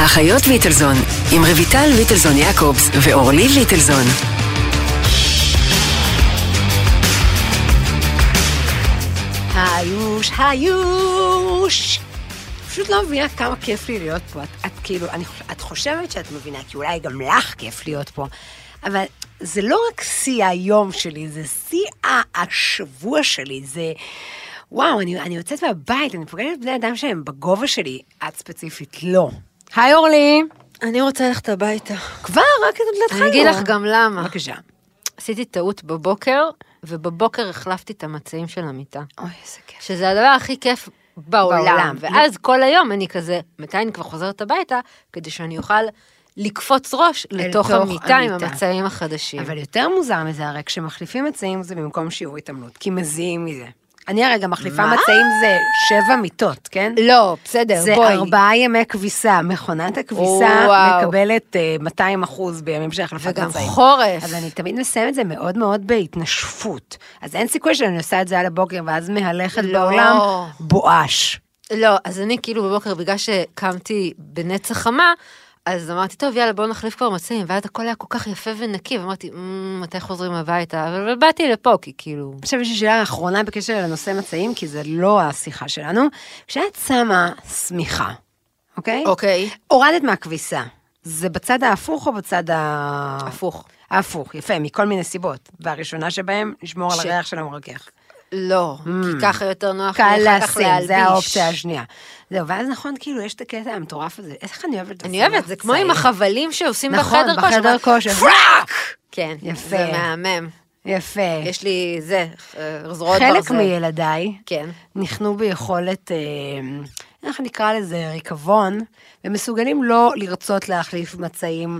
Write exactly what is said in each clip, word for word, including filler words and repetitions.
האחיות ליטלזון, עם רויטל ליטלזון יעקובס ואורלי ליטלזון. היוש, היוש. פשוט לא מבינה כמה כיף לי להיות פה. את, את כאילו, אני, את חושבת שאת מבינה, כי אולי גם לך כיף להיות פה, אבל זה לא רק שיא היום שלי, זה שיא השבוע שלי, זה... וואו, אני, אני יוצאת מהבית, אני פוגשת בני אדם שהם בגובה שלי, את ספציפית לא. היי אורלי. אני רוצה ללכת הביתה. כבר, רק את עוד אני אגיד לך גם למה. בבקשה. עשיתי טעות בבוקר, ובבוקר החלפתי את המצעים של המיטה. אוי, איזה כיף. שזה הדבר הכי כיף בעולם. בעולם. ואז כל היום אני כזה, מתי אני כבר חוזרת הביתה, כדי שאני אוכל לקפוץ ראש לתוך המיטה עם המצעים החדשים. אבל יותר מוזר מזה, הרי כשמחליפים מצעים זה במקום שיעור התעמלות, כי מזיעים מזה. אני הרגע מחליפה מצעים זה שבע מיטות, כן? לא, בסדר, זה בואי. ארבעה ימי כביסה. מכונת הכביסה מקבלת מאתיים אחוז בימים של החלפת מצעים. וגם חורף. אז אני תמיד מסיים את זה מאוד מאוד בהתנשפות. אז אין סיכוי שאני עושה את זה על הבוקר, ואז מהלכת בעולם בואש. לא, אז אני כאילו בבוקר, בגלל שקמתי בנצח חמה, אז אמרתי, טוב, יאללה, בואו נחליף כבר מצעים, ואז הכל היה כל כך יפה ונקי, ואמרתי, מתי חוזרים הביתה? אבל באתי לפה, כי כאילו... עכשיו יש לי שאלה האחרונה בקשר לנושא מצעים, כי זה לא השיחה שלנו. כשאת שמה סמיכה, אוקיי? אוקיי. הורדת מהכביסה, זה בצד ההפוך או בצד ה... הפוך. ההפוך, יפה, מכל מיני סיבות. והראשונה שבהם, לשמור על הריח של המרכך. לא, כי ככה יותר נוח קל לי אחר כך להשים, להלביש. זה האופציה השנייה. זהו, ואז נכון, כאילו, יש את הקטע המטורף הזה. איך אני אוהבת את זה? אני אוהבת, זה כמו עם החבלים שעושים נכון, בחדר כושר. בחדר כושר. פראק! כן, יפה. זה מהמם. יפה. יש לי זה, זרועות ברזל. חלק מילדיי, כן. נחנו ביכולת, אה, איך נקרא לזה, ריקבון, ומסוגלים לא לרצות להחליף מצעים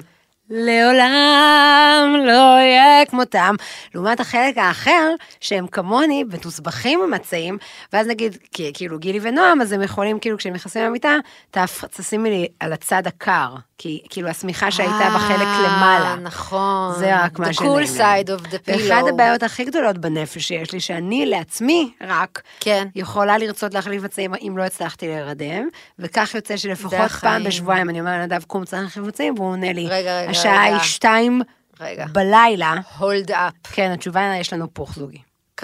לעולם לא יהיה כמותם, לעומת החלק האחר, שהם כמוני, בתוסבכים ומצעים, ואז נגיד, כאילו גילי ונועם, אז הם יכולים, כאילו, כשהם נכנסים למיטה, תשימי לי על הצד הקר, כי כאילו הסמיכה שהייתה בחלק למעלה. נכון. זה רק מה שנעים. The cool side of the pillow. ואחד הבעיות הכי גדולות בנפש שיש לי, שאני לעצמי רק, כן. יכולה לרצות להחליף מצעים, אם לא הצלחתי להירדם, וכך יוצא שלפחות החיים. פעם בשבועיים, אני אומר לנדב, קום צריך להחליף מצעים, והוא עונה לי, רגע, רגע, השעה רגע. היא שתיים רגע. בלילה. hold up. כן, התשובה היא, יש לנו פוך זוגי. כ...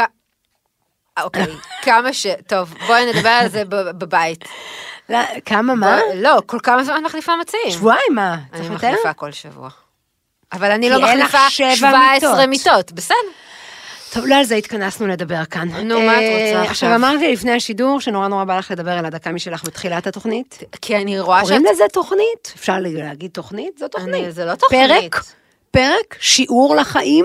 אוקיי, כמה ש... טוב, בואי נדבר על זה בבית. לא, כמה מה? לא, כל כמה זמן מחליפה מצעים. שבועיים מה? אני צריך לתאר? מחליפה כל שבוע. אבל אני כי לא אין לך מחליפה שבע שבע עשרה מיטות. מיטות, בסדר. טוב, לא על זה התכנסנו לדבר כאן. נו, מה את אה, רוצה עכשיו? עכשיו, אמרת לי לפני השידור, שנורא נורא בא לך לדבר על הדקה משלך בתחילת התוכנית. כי אני רואה שאת... קוראים לזה תוכנית? אפשר להגיד תוכנית? זו תוכנית. אני- זה לא תוכנית. פרק, פרק, שיעור לחיים.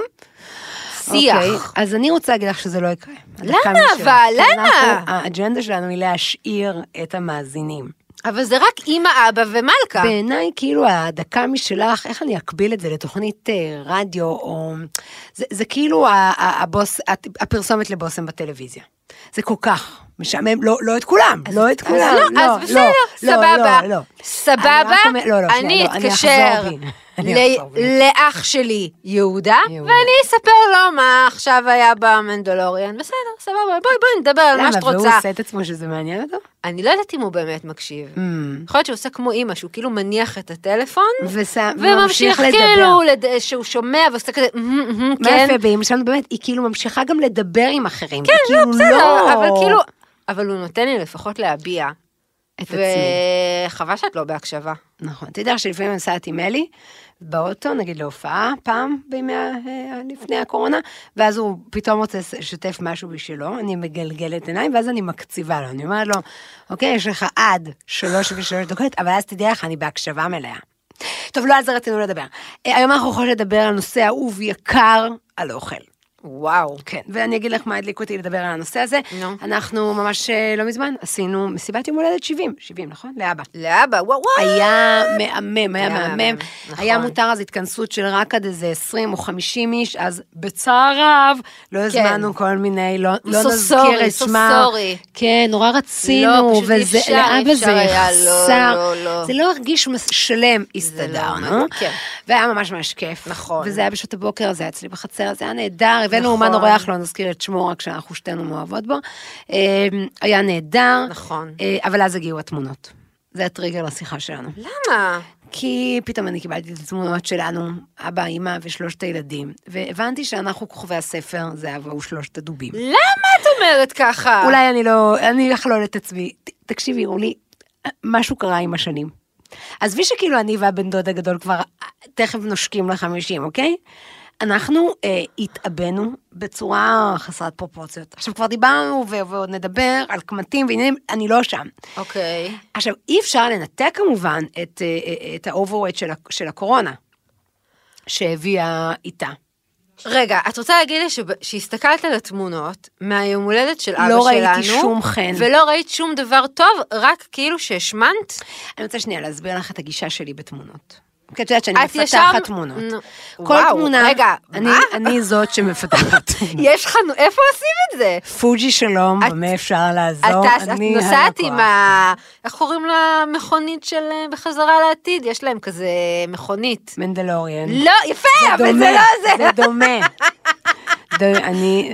שיח. אוקיי, אז אני רוצה להגיד לך שזה לא יקרה. למה? הדקה משלך. אבל, כי למה? אנחנו- האג'נדה שלנו היא להשאיר את המאזינים. אבל זה רק אמא, אבא ומלכה. בעיניי, כאילו, הדקה משלך, איך אני אקביל את זה לתוכנית אה, רדיו, או... זה, זה כאילו ה- ה- הבוס, הפרסומת לבוסם בטלוויזיה. זה כל כך משעמם, לא, לא את כולם, לא את אז כולם. לא, אז בסדר, סבבה. לא, לא. סבבה, אני רק אומר- לא, לא, אני שנייה, לא, אני אתקשר אחזור בי. אני ל- אחזור בי. לאח שלי יהודה, יהודה. ואני אספר לו מה עכשיו היה במנדלוריאן. בסדר, סבבה, בואי בואי נדבר על מה שאת למה, והוא רוצה. עושה את עצמו שזה מעניין אותו? אני לא יודעת אם הוא באמת מקשיב. יכול להיות שהוא עושה כמו אמא, שהוא כאילו מניח את הטלפון, ושם- וממשיך לדבר. כאילו לד- שהוא שומע ועושה כזה, "מהמם, מהמם", מה כן, יפה, באמא שלנו באמת, היא כאילו ממשיכה גם לדבר עם אחרים. כן, היא לא, כאילו בסדר, אבל כאילו, אבל הוא נותן לי לפחות להביע. את עצמי. וחבל שאת לא בהקשבה. נכון, אתה יודע שלפעמים אני נוסעת עם אלי, באוטו, נגיד להופעה, פעם, בימי, ה- אה, לפני הקורונה, ואז הוא פתאום רוצה לשתף משהו בשבילו, אני מגלגלת עיניים, ואז אני מקציבה לו, אני אומרת לו, אוקיי, יש לך עד שלוש ושלוש דקות, אבל אז תדע לך, אני בהקשבה מלאה. טוב, לא על זה רצינו לדבר. אה, היום אנחנו יכולים לדבר על נושא אהוב יקר, על אוכל. וואו. כן, ואני אגיד לך מה הדליק אותי לדבר על הנושא הזה. נו. אנחנו ממש אה, לא מזמן עשינו מסיבת יום הולדת שבעים, שבעים, נכון? לאבא. לאבא, וואו וואו. היה מהמם, היה היה מהמם. מהמם, נכון. היה מותר אז התכנסות של רק עד איזה עשרים או חמישים איש, אז בצער רב לא הזמנו כל מיני, לא לא So נזכיר sorry, את so שמה. sorry. כן, נורא רצינו, לא, פשוט אי וזה, אפשר, לאבא אי זה אפשר היה, לא, יחסר. לא, לא. זה לא הרגיש מס- שלם, לא, הסתדרנו. כן. והיה ממש ממש כיף. נכון. וזה היה בשעות הבוקר, זה היה אצלי בחצר, זה היה נהדר, הבאנו נכון. אומן אורח, לא נזכיר את שמו, רק שאנחנו שתינו מאוהבות בו. אה, היה נהדר. נכון. אה, אבל אז הגיעו התמונות. זה הטריגר לשיחה שלנו. למה? כי פתאום אני קיבלתי את התמונות שלנו, אבא, אמא ושלושת הילדים, והבנתי שאנחנו כוכבי הספר, זה אבא ושלושת הדובים. למה את אומרת ככה? אולי אני לא, אני אחלול את עצמי. תקשיבי, אורלי, משהו קרה עם השנים. עזבי שכאילו אני והבן דוד הגדול כבר תכף נושקים לחמישים, אוקיי? אנחנו אה, התאבנו בצורה חסרת פרופורציות. עכשיו כבר דיברנו ועוד נדבר על קמטים ועניינים, אני לא שם. אוקיי. עכשיו, אי אפשר לנתק כמובן את, את האוברווייט של, של הקורונה, שהביאה איתה. רגע, את רוצה להגיד לי שהסתכלת על התמונות מהיום הולדת של אבא שלנו, לא ראיתי שום חן. ולא ראית שום דבר טוב, רק כאילו שהשמנת? אני רוצה שנייה להסביר לך את הגישה שלי בתמונות. כי את יודעת שאני מפתחת תמונות. כל תמונה, אני זאת שמפתחת תמונות. יש לך, איפה עושים את זה? פוג'י שלום, במה אפשר לעזור, את נוסעת עם ה... איך קוראים לה מכונית של בחזרה לעתיד? יש להם כזה מכונית. מנדלוריאן. לא, יפה, אבל זה לא זה. זה דומה. אני...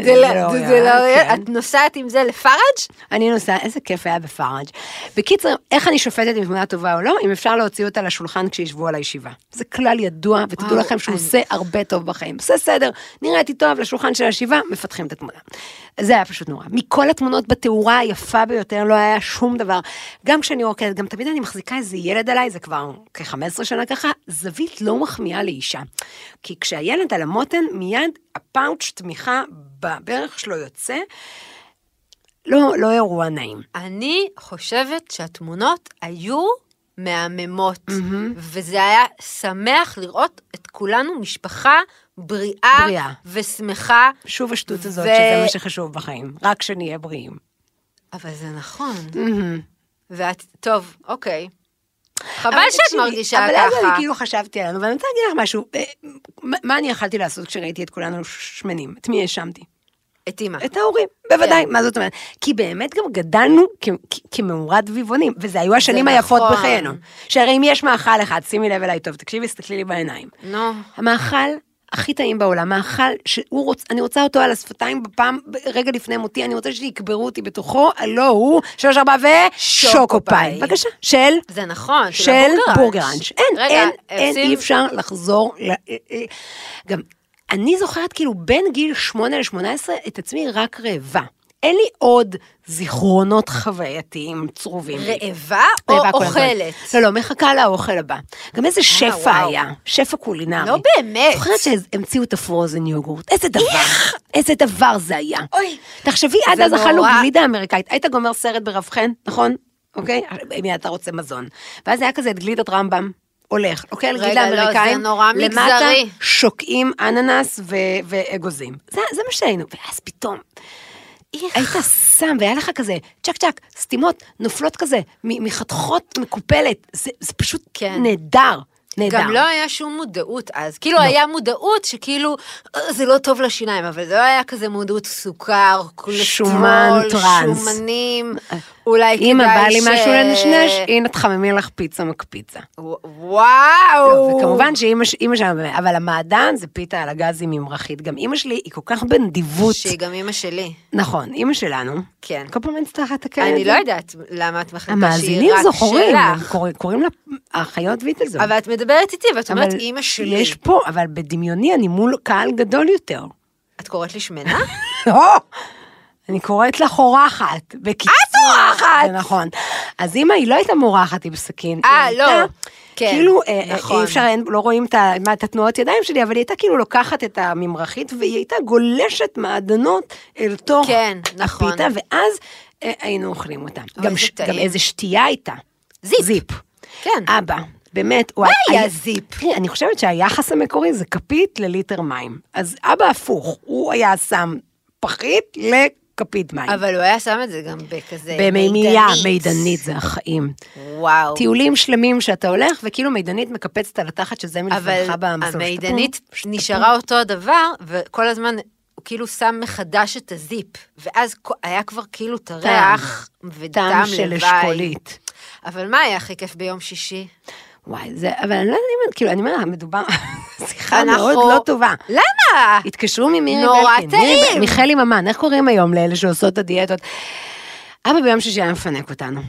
את נוסעת עם זה לפארג'? אני נוסעת, איזה כיף היה בפארג'. בקיצר, איך אני שופטת אם תמונה טובה או לא, אם אפשר להוציא אותה לשולחן כשישבו על הישיבה. זה כלל ידוע, ותדעו לכם שהוא עושה הרבה טוב בחיים. זה סדר, נראיתי טוב לשולחן של הישיבה, מפתחים את התמונה. זה היה פשוט נורא. מכל התמונות בתאורה היפה ביותר, לא היה שום דבר. גם כשאני רוקדת, גם תמיד אני מחזיקה איזה ילד עליי, זה כבר כ-חמש עשרה שנה ככה, זווית לא מחמיאה לאישה. כי כשהילד על המותן, מיד הפאוץ' תמיכה בברך שלו יוצא, לא, לא אירוע נעים. אני חושבת שהתמונות היו מהממות, mm-hmm. וזה היה שמח לראות את כולנו משפחה בריאה, בריאה. ושמחה. שוב השטות ו... הזאת, שזה מה שחשוב בחיים, רק שנהיה בריאים. אבל זה נכון. Mm-hmm. ואת, טוב, אוקיי. חבל שאת מרגישה ככה. אבל אז אני כאילו חשבתי עלינו, ואני רוצה להגיד לך משהו, מה אני יכלתי לעשות כשראיתי את כולנו שמנים? את מי האשמתי? את אמא. את ההורים, בוודאי, מה זאת אומרת? כי באמת גם גדלנו כמאורד דביבונים, וזה היו השנים היפות בחיינו. שהרי אם יש מאכל אחד, שימי לב אליי טוב, תקשיבי, הסתכלי לי בעיניים. נו. המאכל הכי טעים בעולם, מאכל שהוא רוצה, אני רוצה אותו על השפתיים בפעם, רגע לפני מותי, אני רוצה שיקברו אותי בתוכו, הלא הוא, שלוש ארבע ושוקופאי. בבקשה, של? זה נכון, של בורגראנץ'. אין, אין, אין, אי אפשר לחזור, גם, אני זוכרת כאילו בין גיל שמונה לשמונה עשרה את עצמי רק רעבה. אין לי עוד זיכרונות חווייתיים צרובים. רעבה או אוכלת? לא, לא, מחכה לאוכל הבא. גם איזה שפע היה, שפע קולינרי. לא באמת. זוכרת שהמציאו את הפרוזן יוגורט. איזה דבר, איזה דבר זה היה. תחשבי, עד אז אכלנו גלידה אמריקאית. היית גומר סרט ברבחן, נכון? אוקיי? מיד אתה רוצה מזון. ואז היה כזה את גלידת רמב"ם. הולך, אוקיי, על גילה אמריקאים, למטה שוקעים אננס ואגוזים. זה מה שהיינו, ואז פתאום, היית שם, והיה לך כזה, צ'ק צ'ק, סתימות, נופלות כזה, מחתכות מקופלת, זה פשוט נהדר. גם לא היה שום מודעות אז, כאילו היה מודעות שכאילו, זה לא טוב לשיניים, אבל זה לא היה כזה מודעות סוכר, שומן, טרנס, שומנים, אולי כדאי ש... אם בא לי משהו לנשנש, הנה תחממי לך פיצה מקפיצה. וואו! וכמובן שאמא שם, אבל המעדן זה פיתה על הגזים ממרחית, גם אמא שלי היא כל כך בנדיבות. שהיא גם אמא שלי. נכון, אמא שלנו. כן. כל פעם נצטרך לתקן את זה. אני לא יודעת למה את מחליטה שהיא רק שלך. המאזינים זוכרים, קוראים לה האחיות ויטלזון. אבל את מדברת איתי, ואת אומרת, אמא שלי. יש פה, אבל בדמיוני אני מול קהל גדול יותר. את קוראת לי שמנה? לא, אני קוראת לה חורחת. את חורחת! זה נכון. אז אמא היא לא הייתה מורחת עם סכין. אה, לא. כן, כאילו, אי אפשר, לא רואים את התנועות ידיים שלי, אבל היא הייתה כאילו לוקחת את הממרחית, והיא הייתה גולשת מעדנות אל תוך הפיתה, ואז היינו אוכלים אותה. גם איזה שתייה הייתה. זיפ. זיפ. כן. אבא. באמת, מה היה זיפ? תראי, אני חושבת שהיחס המקורי זה כפית לליטר מים. אז אבא הפוך, הוא היה שם פחית לכפית מים. אבל הוא היה שם את זה גם בכזה במימייה, מידנית, זה החיים. וואו. טיולים שלמים שאתה הולך, וכאילו מידנית מקפצת על התחת שזה מלפניך במסלול. אבל המידנית נשארה אותו הדבר, וכל הזמן הוא כאילו שם מחדש את הזיפ, ואז היה כבר כאילו תריח וטעם של אשכולית. אבל מה היה הכי כיף ביום שישי? וואי, זה, אבל אני לא יודעת, כאילו, אני אומרת, מדובר, שיחה מאוד לא טובה. למה? התקשרו ממירי בלקין. נורא טעים. מיכלי ממן, איך קוראים היום לאלה שעושות את הדיאטות? אבא ביום שישי היה מפנק אותנו.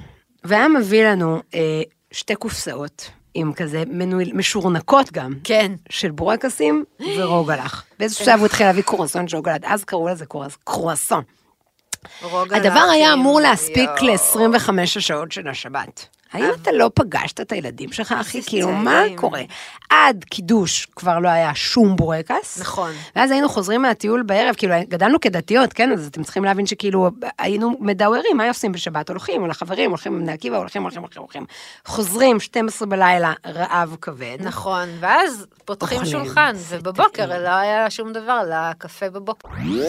והיה מביא לנו אה, שתי קופסאות, עם כזה מנוי, משורנקות גם, כן. של בורקסים ורוגלח. באיזשהו שלב הוא התחיל להביא קרואסון של רוגלח, אז קראו לזה קרואסון. הדבר היה אמור להספיק ל-עשרים וחמש השעות של השבת. האם אתה לא פגשת את הילדים שלך, אחי? כאילו, מה קורה? עד קידוש כבר לא היה שום בורקס. נכון. ואז היינו חוזרים מהטיול בערב, כאילו, גדלנו כדתיות, כן? אז אתם צריכים להבין שכאילו, היינו מדאורים, מה עושים בשבת? הולכים, או לחברים, הולכים לבני עקיבא, הולכים, הולכים, הולכים, הולכים. חוזרים שתים עשרה בלילה, רעב כבד. נכון, ואז פותחים שולחן, ובבוקר לא היה שום דבר, לקפה בבוקר.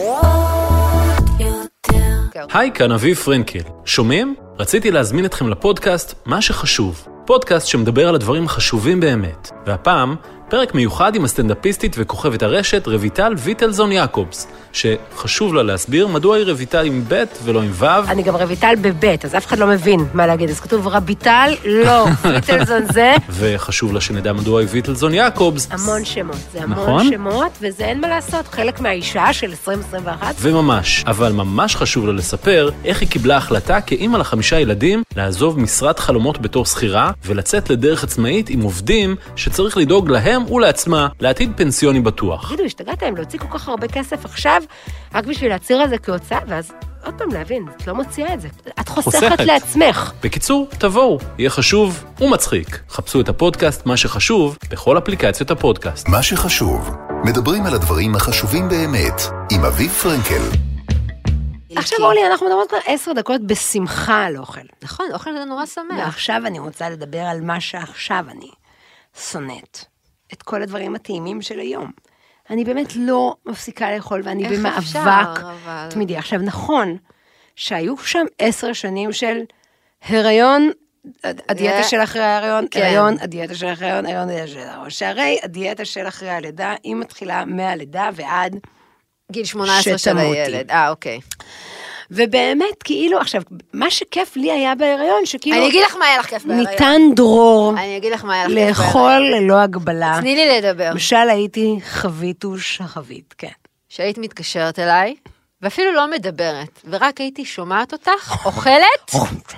היי, כאן אביב פרנקל. שומעים? רציתי להזמין אתכם לפודקאסט מה שחשוב. פודקאסט שמדבר על הדברים החשובים באמת. והפעם, פרק מיוחד עם הסטנדאפיסטית וכוכבת הרשת רויטל ויטלזון יעקובס, שחשוב לה להסביר מדוע היא רויטל עם ב' ולא עם ו'. אני גם רויטל בב', אז אף אחד לא מבין מה להגיד. אז כתוב רביטל, לא, ויטלזון זה. וחשוב לה שנדע מדוע היא ויטלזון יעקובס. המון שמות, זה המון נכון? שמות, וזה אין מה לעשות, חלק מהאישה של עשרים עשרים ואחת. וממש, אבל ממש חשוב לה לספר איך היא קיבלה החלטה כאימא לחמישה ילדים לעזוב משרד חלומות בתור שכירה ולצאת לדרך עצמאית עם עובדים שצריך לדאוג להם ולעצמה לעתיד פנסיוני בטוח. תגידו, השתגעתם להוציא כל כך הרבה כסף עכשיו, רק בשביל להצהיר על זה כהוצאה, ואז עוד פעם להבין, את לא מוציאה את זה. את חוסכת, חוסכת. לעצמך. בקיצור, תבואו, יהיה חשוב ומצחיק. חפשו את הפודקאסט מה שחשוב בכל אפליקציות הפודקאסט. מה שחשוב, מדברים על הדברים החשובים באמת, עם אביב פרנקל. עכשיו אורלי, אנחנו מדברות כבר עשר דקות בשמחה על אוכל. נכון, אוכל זה נורא שמח. ועכשיו אני רוצה לדבר על מה שעכשיו אני שונאת. את כל הדברים הטעימים של היום. אני באמת לא מפסיקה לאכול, ואני במאבק תמידי. עכשיו, נכון שהיו שם עשר שנים של הריון, הדיאטה של אחרי ההריון, הריון, הדיאטה של אחרי ההריון, הריון, הדיאטה של ההריון. שהרי הדיאטה של אחרי הלידה, היא מתחילה מהלידה ועד גיל שמונה עשרה של הילד. אה, אוקיי. ובאמת, כאילו, עכשיו, מה שכיף לי היה בהיריון, שכאילו... אני אגיד לך מה היה לך כיף בהיריון. ניתן דרור. אני אגיד לך מה היה לך כיף בהיריון. לאכול ללא הגבלה. תני לי לדבר. למשל הייתי חביתוש החבית, כן. שהיית מתקשרת אליי, ואפילו לא מדברת, ורק הייתי שומעת אותך, אוכלת,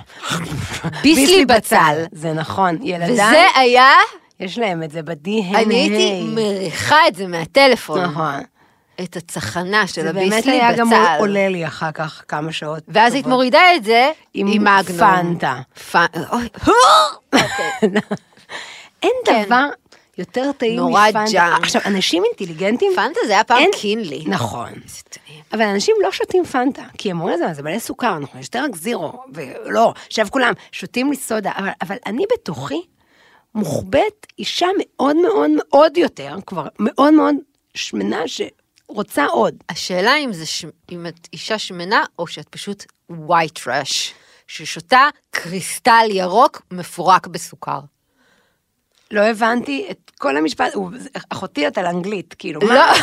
ביסלי בצל. זה נכון, ילדיי. וזה היה... יש להם את זה ב-די אן איי. אני הייתי מריחה את זה מהטלפון. נכון. את הצחנה של הביסלי בצל. זה באמת היה גם עולה לי אחר כך כמה שעות. ואז היית מורידה את זה עם מגנום. פנטה. אין דבר יותר טעים מפנטה. עכשיו, אנשים אינטליגנטים... פנטה זה היה פעם קינלי. נכון. אבל אנשים לא שותים פנטה, כי אמרו לזה, זה מלא סוכר, אנחנו נשתה רק זירו, ולא, שב כולם, שותים לי סודה, אבל אני בתוכי מוחבט אישה מאוד מאוד מאוד יותר, כבר מאוד מאוד שמנה ש... רוצה עוד. השאלה אם זה ש... אם את אישה שמנה, או שאת פשוט white trash, ששותה קריסטל ירוק מפורק בסוכר. לא הבנתי את כל המשפט, אחותי את על אנגלית, כאילו, לא. מה?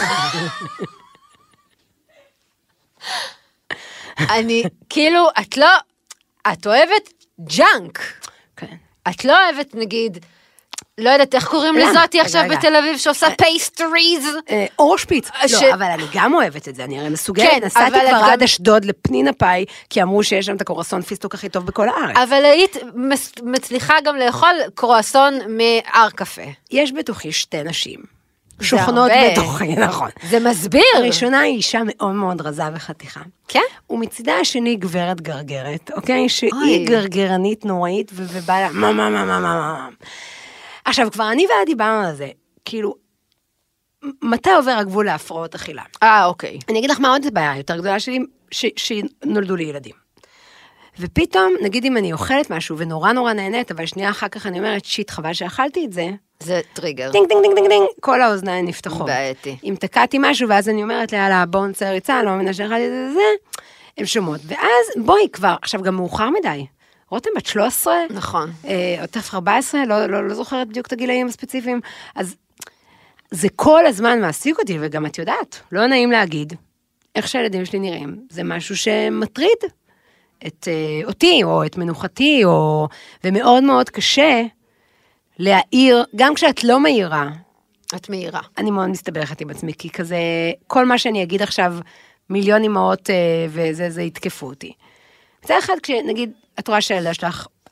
אני, כאילו, את לא, את אוהבת ג'אנק. כן. את לא אוהבת, נגיד, לא יודעת איך קוראים לזאתי עכשיו בתל אביב שעושה פייסטריז. אורשפיץ. לא, אבל אני גם אוהבת את זה, אני הרי מסוגלת. נסעתי כבר עד אשדוד לפנינה פאי, כי אמרו שיש שם את הקרואסון פיסטוק הכי טוב בכל הארץ. אבל היית מצליחה גם לאכול קרואסון מהר קפה. יש בתוכי שתי נשים. שוכנות בתוכי, נכון. זה מסביר. הראשונה היא אישה מאוד מאוד רזה וחתיכה. כן? ומצידה השני גברת גרגרת, אוקיי? שהיא גרגרנית נוראית, ובא לה, מה, מה, מה, מה, מה. עכשיו, כבר אני ואת דיברנו על זה, כאילו, מתי עובר הגבול להפרעות אכילה? אה, אוקיי. אני אגיד לך מה עוד זה בעיה יותר גדולה שלי, שנולדו לי ילדים. ופתאום, נגיד אם אני אוכלת משהו, ונורא נורא נהנית, אבל שנייה אחר כך אני אומרת, שיט, חבל שאכלתי את זה. זה טריגר. דינג, דינג, דינג, דינג, דינג, כל האוזניים נפתחות. בעייתי. אם תקעתי משהו, ואז אני אומרת לה, יאללה, בואו נצא ריצה, לא מאמינה שאכלתי את זה, הן שומעות. ואז, בואי כבר, עכשיו גם מאוחר מדי. רותם בת שלוש עשרה, נכון. או תף ארבע עשרה, לא, לא, לא זוכרת בדיוק את הגילאים הספציפיים, אז זה כל הזמן מעסיק אותי, וגם את יודעת, לא נעים להגיד, איך שהילדים שלי נראים, זה משהו שמטריד את uh, אותי, או את מנוחתי, או, ומאוד מאוד קשה להעיר, גם כשאת לא מעירה, את מעירה. אני מאוד מסתבכת עם עצמי, כי כזה, כל מה שאני אגיד עכשיו, מיליון אמהות, uh, וזה, זה יתקפו אותי. מצד אחד, כשנגיד, את רואה שהילדה שלך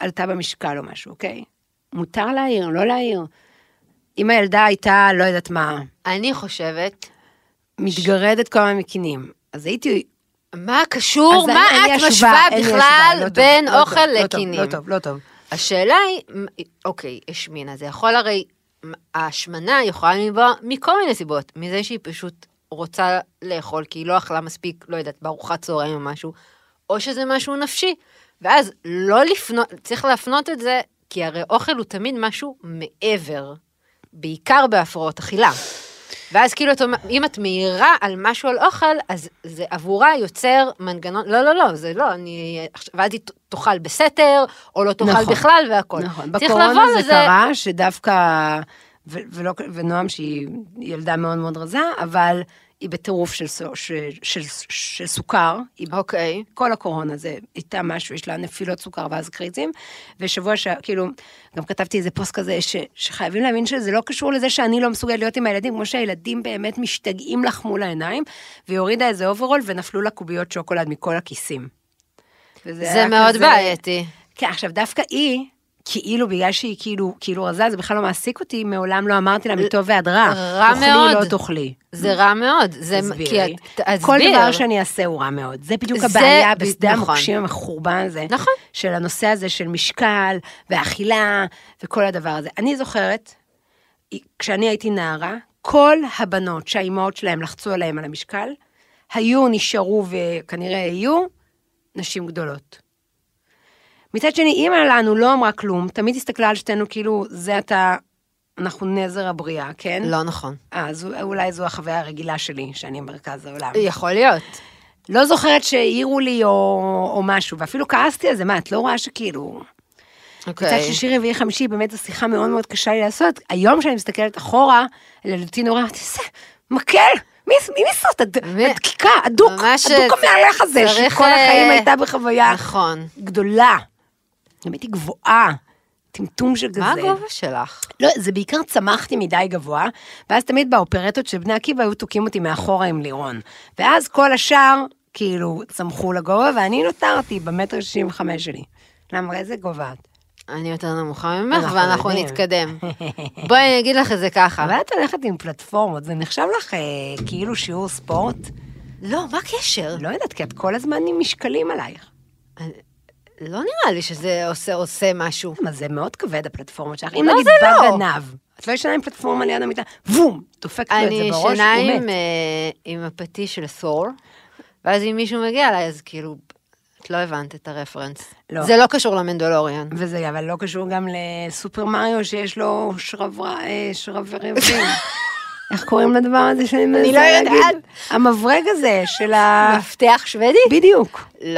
עלתה במשקל או משהו, אוקיי? מותר להעיר, לא להעיר. אם הילדה הייתה, לא יודעת מה, אני חושבת... מתגרדת כל מיני מקינים, אז הייתי... מה קשור? אז מה אין לי את השוואה, משווה אין לי בכלל השוואה, לא טוב, בין לא אוכל טוב, לא טוב, לקינים? לא טוב, לא טוב. השאלה היא, אוקיי, השמינה, זה יכול הרי, ההשמנה יכולה לנבוע מכל מיני סיבות, מזה שהיא פשוט רוצה לאכול, כי היא לא אכלה מספיק, לא יודעת, בארוחת צהריים או משהו, או שזה משהו נפשי, ואז לא לפנות, צריך להפנות את זה, כי הרי אוכל הוא תמיד משהו מעבר, בעיקר בהפרעות אכילה. ואז כאילו, אם את מהירה על משהו על אוכל, אז זה עבורה יוצר מנגנון, לא, לא, לא, זה לא, אני, ואז היא תאכל בסתר, או לא תאכל נכון, בכלל והכל. נכון, צריך בקורונה לבוא זה לזה, קרה שדווקא, ו- ולא, ונועם שהיא ילדה מאוד מאוד רזה, אבל היא בטירוף של, סו- של, של, של סוכר, היא אוקיי. כל הקורונה זה איתה משהו, יש לה נפילות סוכר ואז קריצים, ושבוע ש... כאילו, גם כתבתי איזה פוסט כזה, ש... שחייבים להבין שזה לא קשור לזה שאני לא מסוגל להיות עם הילדים, כמו שהילדים באמת משתגעים לך מול העיניים, והיא הורידה איזה אוברול ונפלו לה קוביות שוקולד מכל הכיסים. זה מאוד כזה... בעייתי. כן, עכשיו דווקא היא, כאילו בגלל שהיא כאילו, כאילו רזה, זה בכלל לא מעסיק אותי, מעולם לא אמרתי לה מטוב ועד רע. רע תאכלי, מאוד. לא תאכלי. זה רע מאוד. זה... תסבירי. את... כל דבר שאני אעשה הוא רע מאוד. זה בדיוק זה... הבעיה בשדה נכון. המוקשים המחורבן הזה. נכון. של הנושא הזה של משקל ואכילה וכל הדבר הזה. אני זוכרת, כשאני הייתי נערה, כל הבנות שהאימהות שלהם לחצו עליהם על המשקל, היו, נשארו וכנראה יהיו נשים גדולות. מצד שני, אימא לנו לא אמרה כלום, תמיד הסתכלה על שתינו כאילו, זה אתה, אנחנו נזר הבריאה, כן? לא נכון. אה, אז אולי זו החוויה הרגילה שלי, שאני במרכז העולם. יכול להיות. לא זוכרת שהעירו לי או, או משהו, ואפילו כעסתי על זה, מה, את לא רואה שכאילו... אוקיי. מצד שישי רביעי חמישי, באמת זו שיחה מאוד מאוד קשה לי לעשות, היום שאני מסתכלת אחורה, לילדותי נורא, אמרתי, זה מקל, מי מסות, הדקיקה, הדוק, הדוק המהלך הזה, שכל החיים הייתה בחוויה נכון. גדולה. הייתי גבוהה, טמטום שכזה. מה הגובה שלך? לא, זה בעיקר צמחתי מדי גבוה, ואז תמיד באופרטות של בני עקיבא היו תוקים אותי מאחורה עם לירון. ואז כל השאר, כאילו, צמחו לגובה, ואני נותרתי במטר שישים וחמש שלי. למה, איזה גובה את? אני יותר נמוכה ממך, ואנחנו נתקדם. בואי אני אגיד לך את זה ככה. אבל את הולכת עם פלטפורמות, זה נחשב לך כאילו שיעור ספורט? לא, מה הקשר? לא יודעת, כי את כל הזמן עם משקלים עלייך. לא נראה לי שזה עושה, עושה משהו. מה, זה מאוד כבד הפלטפורמות שלך. אם נגיד בא גנב, את לא ישנה עם פלטפורמה ליד המיטה, וום, דופקת לו את זה בראש, הוא מת. אני ישנה עם הפטיש של תור, ואז אם מישהו מגיע אליי, אז כאילו, את לא הבנת את הרפרנס. זה לא קשור למנדלוריאן. וזה אבל לא קשור גם לסופר מריו, שיש לו שרברבים. איך קוראים לדבר הזה שאני מנסה להגיד? אני לא יודעת. המברג הזה של ה... מפתח שוודי? בדיוק. לא.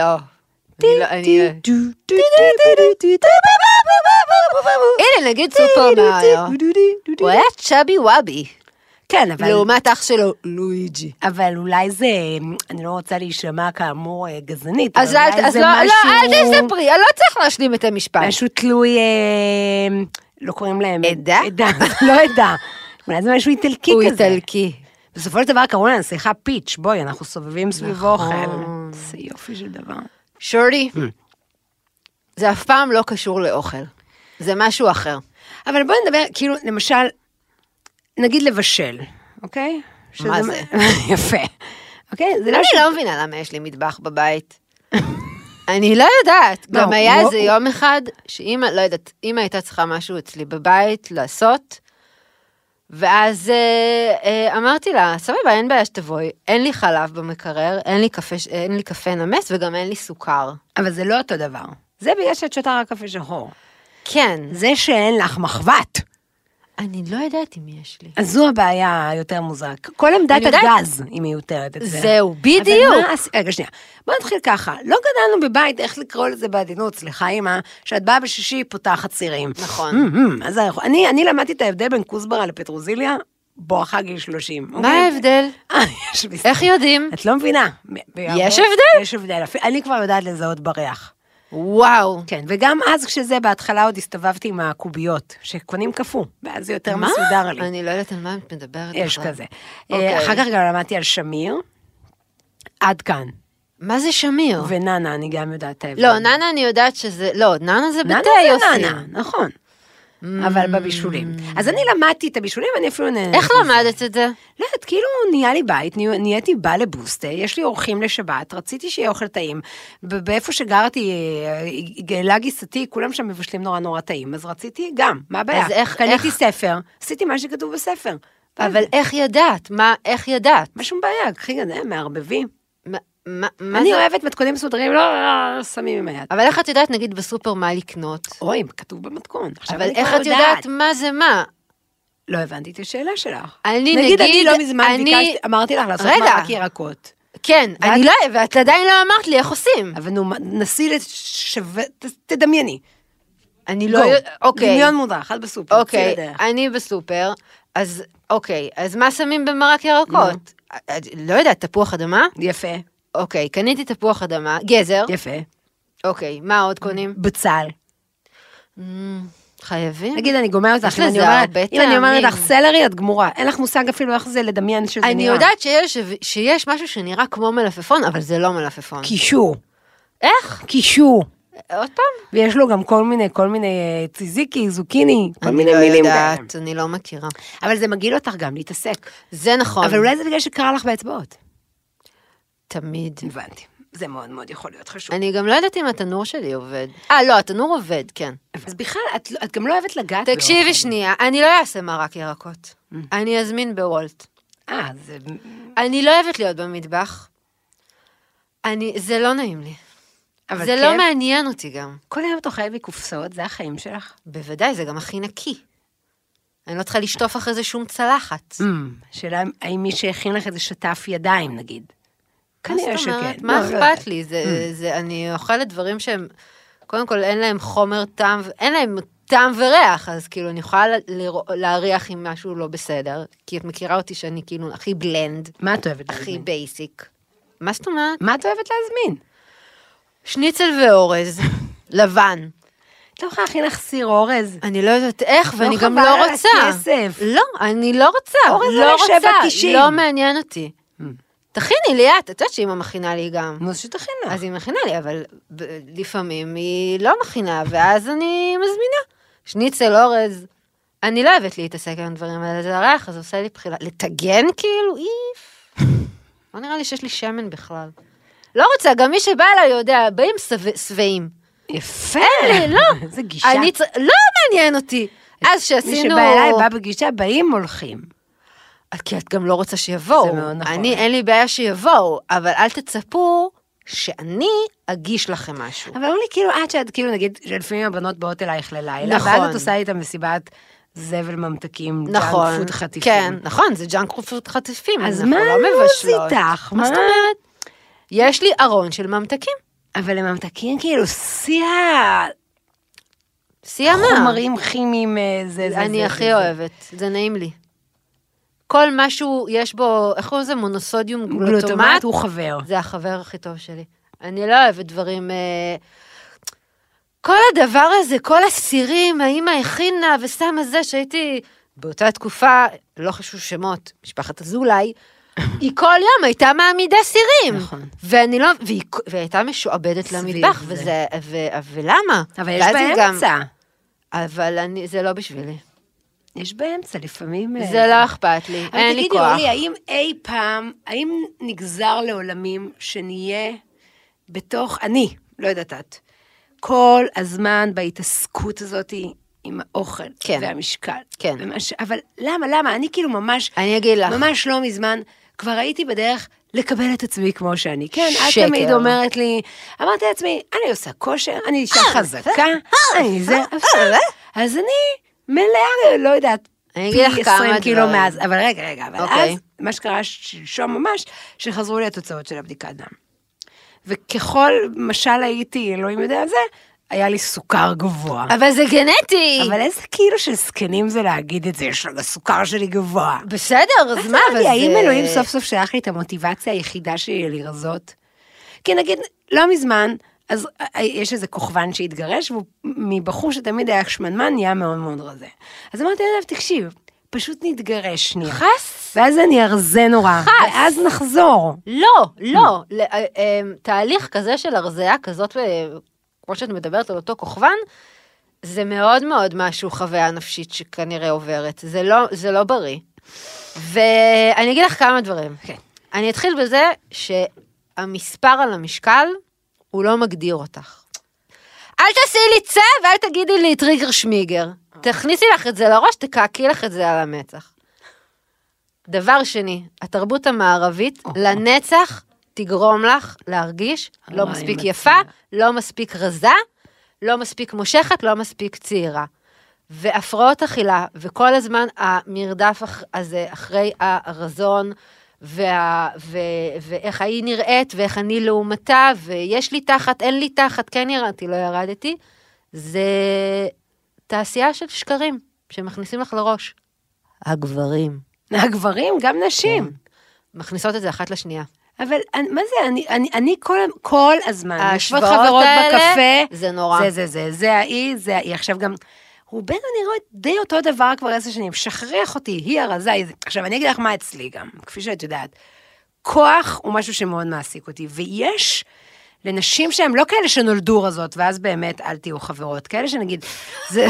הנה, נגיד סופר מריו. הוא היה צ'אבי וואבי. כן, אבל... לעומת אח שלו, לואיג'י. אבל אולי זה, אני לא רוצה להישמע כאמור גזענית, אז לא, אל תספרי, אני לא צריך להשלים את המשפט. משהו תלוי, לא קוראים להם... עדה? עדה, לא עדה. אולי זה משהו איטלקי כזה. הוא איטלקי. בסופו של דבר קראו לנו, שיחה פיץ', בואי, אנחנו סובבים סביב אוכל. זה יופי של דבר. שורדי, זה אף פעם לא קשור לאוכל. זה משהו אחר. אבל בואי נדבר, כאילו, למשל, נגיד לבשל, אוקיי? מה זה? יפה. אוקיי? אני לא מבינה למה יש לי מטבח בבית. אני לא יודעת. גם היה איזה יום אחד, שאמא, לא יודעת, אמא הייתה צריכה משהו אצלי בבית לעשות, ואז אמרתי לה, סבבה, אין בעיה שתבואי, אין לי חלב במקרר, אין לי קפה נמס, וגם אין לי סוכר. אבל זה לא אותו דבר. זה בגלל שאת שותה רק קפה שחור. כן. זה שאין לך מחבת. אני לא יודעת אם יש לי. אז זו הבעיה היותר מוזרה. כל עמדת הגז היא מיותרת. זהו, בדיוק. רגע, שנייה. בוא נתחיל ככה. לא גדלנו בבית, איך לקרוא לזה בעדינות, סליחה אמא, שאת באה בשישי פותחת צירים. נכון. אז אני למדתי את ההבדל בין כוסברה לפטרוזיליה, בואכה גיל שלושים. מה ההבדל? איך יודעים? את לא מבינה. יש הבדל? יש הבדל. אני כבר יודעת לזהות בריח. וואו. כן, וגם אז כשזה בהתחלה עוד הסתובבתי עם הקוביות, שקונים קפוא, ואז זה יותר מסודר לי. אני לא יודעת על מה את מדברת. יש כזה. אחר כך גם למדתי על שמיר, עד כאן. מה זה שמיר? וננה, אני גם יודעת ההבדל. לא, ננה אני יודעת שזה, לא, ננה זה ננה בתה זה יוסי. ננה, נכון. אבל בבישולים. אז אני למדתי את הבישולים, ואני אפילו נהנית. איך למדת את זה? לא יודעת, כאילו נהיה לי בית, נה- נהייתי באה לבוסטה, יש לי אורחים לשבת, רציתי שיהיה אוכל טעים, ב- באיפה שגרתי, אה, גאלה גיסתי, כולם שם מבשלים נורא נורא טעים, אז רציתי גם, מה הבעיה? אז איך- קניתי איך- ספר, עשיתי מה שכתוב בספר. אבל איך ידעת? מה, איך ידעת? מה שום בעיה, קחי גדה, מערבבים. מה- מה מה אני זה? אוהבת מתכונים מסודרים, לא לא, לא, שמים עם היד. אבל איך את יודעת, נגיד, בסופר מה לקנות? אוי, כתוב במתכון. עכשיו אבל אני איך כבר את יודעת מה זה מה? לא הבנתי את השאלה שלך. אני נגיד, אני נגיד, לא מזמן אני- ביקשתי, אמרתי לך לעשות רגע. מרק ירקות. כן, ואת- אני לא, ואת עדיין לא אמרת לי איך עושים. אבל נו, נסי לשווה, ת- תדמייני. אני לא, גו. אוקיי, דמיון מודרך, את בסופר. אוקיי, צאי לדרך. אני בסופר, אז אוקיי, אז מה שמים במרק ירקות? לא יודעת, תפוח אדמה? יפה, אוקיי, קניתי תפוח אדמה, גזר, יפה. אוקיי, מה עוד קונים? בצל. חייבים? נגיד, אני גומרת לך, יש אם אני לזה אומרת- הרבה אם אני אומרת טעמים. לך סלרי, את גמורה. אין לך מושג אפילו איך זה לדמיין שזה נראה. אני יודעת שיש, שיש משהו שנראה כמו מלפפון, אבל זה לא מלפפון. קישור. איך? קישור. עוד פעם? ויש לו גם כל מיני, כל מיני אה, ציזיקי, זוקיני, כל אני מיני לא מילים כאלה. יודעת, אני לא מכירה. אבל זה מגעיל אותך גם להתעסק. זה נכון. אבל אולי זה בגלל שקרה לך באצבעות. תמיד. הבנתי. זה מאוד מאוד יכול להיות חשוב. אני גם לא יודעת אם התנור שלי עובד. אה, לא, התנור עובד, כן. אז בכלל, את, את גם לא אוהבת לגעת תקשיבי באוכל. שנייה, אני לא אעשה מרק ירקות. אני אזמין בוולט. אה, זה... אני לא אוהבת להיות במטבח. אני, זה לא נעים לי. אבל זה כיף. לא מעניין אותי גם. כל היום את אוכלת בקופסאות, זה החיים שלך? בוודאי, זה גם הכי נקי. אני לא צריכה לשטוף אחרי זה שום צלחת. שאלה, האם מי שהכין לך את זה שטף ידיים, נגיד? כנראה מה זאת אומרת? שכן. מה לא, לא יודעת. אכפת לי? זה, זה, אני אוכלת דברים שהם, קודם כל אין להם חומר טעם, אין להם טעם וריח, אז כאילו אני יכולה לרא- להריח אם משהו לא בסדר, כי את מכירה אותי שאני כאילו הכי בלנד, מה את אוהבת הכי להזמין? בייסיק. מה זאת אומרת? מה את אוהבת להזמין? שניצל ואורז, לבן. את לא יכולה להכין לך סיר אורז? אני לא יודעת איך, ואני גם חבל לא על רוצה. הכסף. לא, אני לא רוצה. אורז לא עולה שבע רוצה, תשעים. לא מעניין אותי. תכיני לי את, את יודעת שאמא מכינה לי גם. נו, שתכין לך. אז היא מכינה לי, אבל ב- לפעמים היא לא מכינה, ואז אני מזמינה. שניצל אורז. אני לא אוהבת להתעסק עם דברים האלה, זה הריח, אז עושה לי בחילה. לטגן כאילו? איף. לא נראה לי שיש לי שמן בכלל. לא רוצה, גם מי שבא אליי יודע, באים שבעים. יפה. אין לי, לא. זה גישה. אני צ... לא מעניין אותי. אז מי שעשינו... שבא אליי, בא בגישה, באים, הולכים. כי את גם לא רוצה שיבואו. זה מאוד נכון. אני, אין לי בעיה שיבואו, אבל אל תצפו שאני אגיש לכם משהו. אבל אומרים לי, כאילו, עד שאת, כאילו, נגיד, שלפעמים הבנות באות אלייך ללילה, נכון. ואז את עושה איתה מסיבת זבל ממתקים, נכון, ג'אנק פוד חטיפים. כן, נכון, זה ג'אנק פוד חטיפים, אז אנחנו מה לא הלו"ז מבשלות. איתך? מה מה? זאת אומרת? יש לי ארון של ממתקים. אבל הם ממתקים, כאילו, שיא ה- סיימה. חומרים כימיים, אה, זה, זה, אני זה, הכי זה, זה. אוהבת, זה נעים לי. כל משהו, יש בו, איך קוראים לזה? מונוסודיום גלוטומט? גלוטומט הוא חבר. זה החבר הכי טוב שלי. אני לא אוהבת דברים... אה, כל הדבר הזה, כל הסירים, האמא הכינה ושמה זה שהייתי באותה תקופה, לא חשוב שמות, משפחת אזולאי, היא כל יום הייתה מעמידה סירים. נכון. ואני לא, והיא, והיא הייתה משועבדת סביב למטבח, זה. וזה, ו, ולמה? אבל יש ואז היא באמצע. גם, אבל אני, זה לא בשבילי. יש באמצע, לפעמים... אה, זה לא אכפת לי, אבל אין לי תגידי, כוח. אורלי, האם אי פעם, האם נגזר לעולמים שנהיה בתוך, אני, לא יודעת את, כל הזמן בהתעסקות הזאת עם האוכל כן. והמשקל. כן. ומש, אבל למה, למה? אני כאילו ממש, אני אגיד לך. ממש לא מזמן, כבר הייתי בדרך לקבל את עצמי כמו שאני. כן, שקר. את תמיד אומרת לי, אמרתי לעצמי, אני עושה כושר, אני אישה חזקה, אני זה, אז אני מלאה, לא יודעת, אני פי אגיד לך כמה עשרים קילו דברים. מאז, אבל רגע, רגע, אבל אוקיי. אז, מה שקרה שלשום ממש, שחזרו לי התוצאות של הבדיקת דם. וככל משל הייתי, אלוהים יודע זה, היה לי סוכר גבוה. אבל זה גנטי. אבל איזה כאילו של זקנים זה להגיד את זה, יש לו הסוכר שלי גבוה. בסדר, אז מה, אבל זה... האם אלוהים סוף סוף שלח לי את המוטיבציה היחידה שלי לרזות? כי נגיד, לא מזמן, אז יש איזה כוכבן שהתגרש, והוא מבחור שתמיד היה שמנמן, נהיה מאוד מאוד רזה. אז אמרתי עליו, תקשיב, פשוט נתגרש שנייה. חס? ואז אני ארזה נורא. חס. ואז נחזור. לא, לא. תהליך כזה של הרזיה, כזאת, כמו שאת מדברת על אותו כוכבן, זה מאוד מאוד משהו חוויה נפשית שכנראה עוברת. זה לא, זה לא בריא. ואני אגיד לך כמה דברים. כן. אני אתחיל בזה שהמספר על המשקל, הוא לא מגדיר אותך. אל תעשי לי צה ואל תגידי לי טריגר שמיגר. תכניסי לך את זה לראש, תקעקי לך את זה על המצח. דבר שני, התרבות המערבית לנצח תגרום לך להרגיש לא מספיק יפה, לא מספיק רזה, לא מספיק מושכת, לא מספיק צעירה. והפרעות אכילה, וכל הזמן המרדף הזה אחרי הרזון, וה, ו, ואיך היא נראית, ואיך אני לעומתה, ויש לי תחת, אין לי תחת, כן ירדתי, לא ירדתי, זה תעשייה של שקרים, שמכניסים לך לראש. הגברים. הגברים, גם נשים. כן. מכניסות את זה אחת לשנייה. אבל מה זה, אני, אני, אני כל, כל הזמן, יושבות ההשוואות חברות האלה, בקפה, זה נורא. זה, זה, זה, זה האי, זה האי. עכשיו גם, רובנו נראות די אותו דבר כבר עשר שנים, שכריח אותי, היא הרזה, היא זה. עכשיו אני אגיד לך מה אצלי גם, כפי שאת יודעת, כוח הוא משהו שמאוד מעסיק אותי, ויש לנשים שהן לא כאלה שנולדו רזות, ואז באמת אל תהיו חברות, כאלה שנגיד, זה...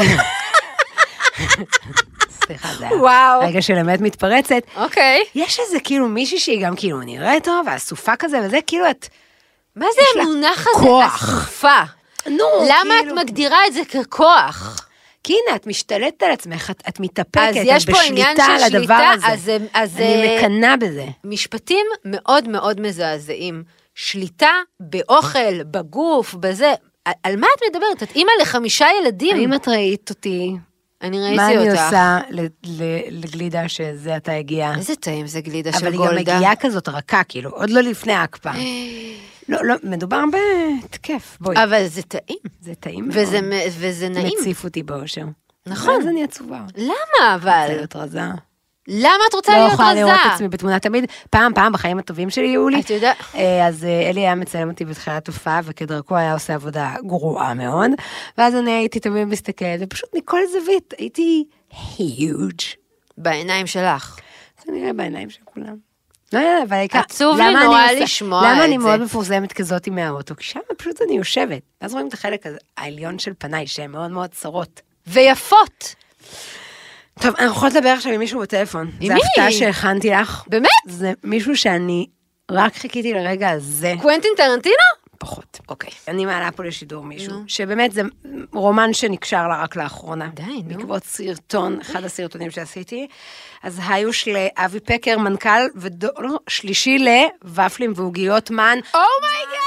סליחה, זה וואו. רגע של אמת מתפרצת. אוקיי. יש איזה כאילו מישהי שהיא גם כאילו נראית טוב, והסופה כזה, וזה כאילו את... מה זה המונח הזה? כוח. אסופה. נו, למה כאילו... את מגדירה את זה ככוח? כי הנה, את משתלטת על עצמך, את, את מתאפקת, אז יש את פה עניין בשליטה על של הדבר שליטה, הזה. אז, אז אני מקנה בזה. משפטים מאוד מאוד מזעזעים. שליטה באוכל, בגוף, בזה. על מה את מדברת? את אימא לחמישה ילדים. האם את ראית אותי? אני ראיתי מה אותך. אני עושה לגלידה שזה אתה הגיעה? איזה טעים זה גלידה של אבל היא גולדה. גם מגיעה כזאת רכה, כאילו, עוד לא לפני ההקפאה. לא, לא, מדובר בתקף, בואי. אבל זה טעים. זה טעים וזה, מאוד. וזה נעים. מציף אותי באושר. נכון. ואז אני עצובה. למה אבל? זה להיות רזה. למה את רוצה לא להיות יכולה לראות את רזה? עצמי בתמונה תמיד, פעם, פעם בחיים הטובים שלי, יולי. את יודעת. אז אלי היה מצלם אותי בתחילת תופעה, וכדרכו היה עושה עבודה גרועה מאוד, ואז אני הייתי תמיד מסתכלת, ופשוט מכל זווית הייתי היוג'. בעיניים שלך. זה נראה בעיניים של כולם. לא יודע, אבל העיקר, עצוב לי נורא לשמוע את זה. למה אני מאוד מפורסמת כזאת מהאוטו? כי שם פשוט אני יושבת, ואז רואים את החלק העליון של פניי, שהן מאוד מאוד צרות. ויפות. טוב, אנחנו יכולות לדבר עכשיו עם מישהו בטלפון. עם זה מי? הפתעה שהכנתי לך. באמת? זה מישהו שאני רק חיכיתי לרגע הזה. קוונטין טרנטינו? פחות. אוקיי. אני מעלה פה לשידור מישהו, נו. שבאמת זה רומן שנקשר לה רק לאחרונה. די, נו. בעקבות סרטון, אחד הסרטונים שעשיתי. אז היוש לאבי פקר, מנכ"ל, ודור שלישי לוואפלים ועוגיות מן. אומייגאד!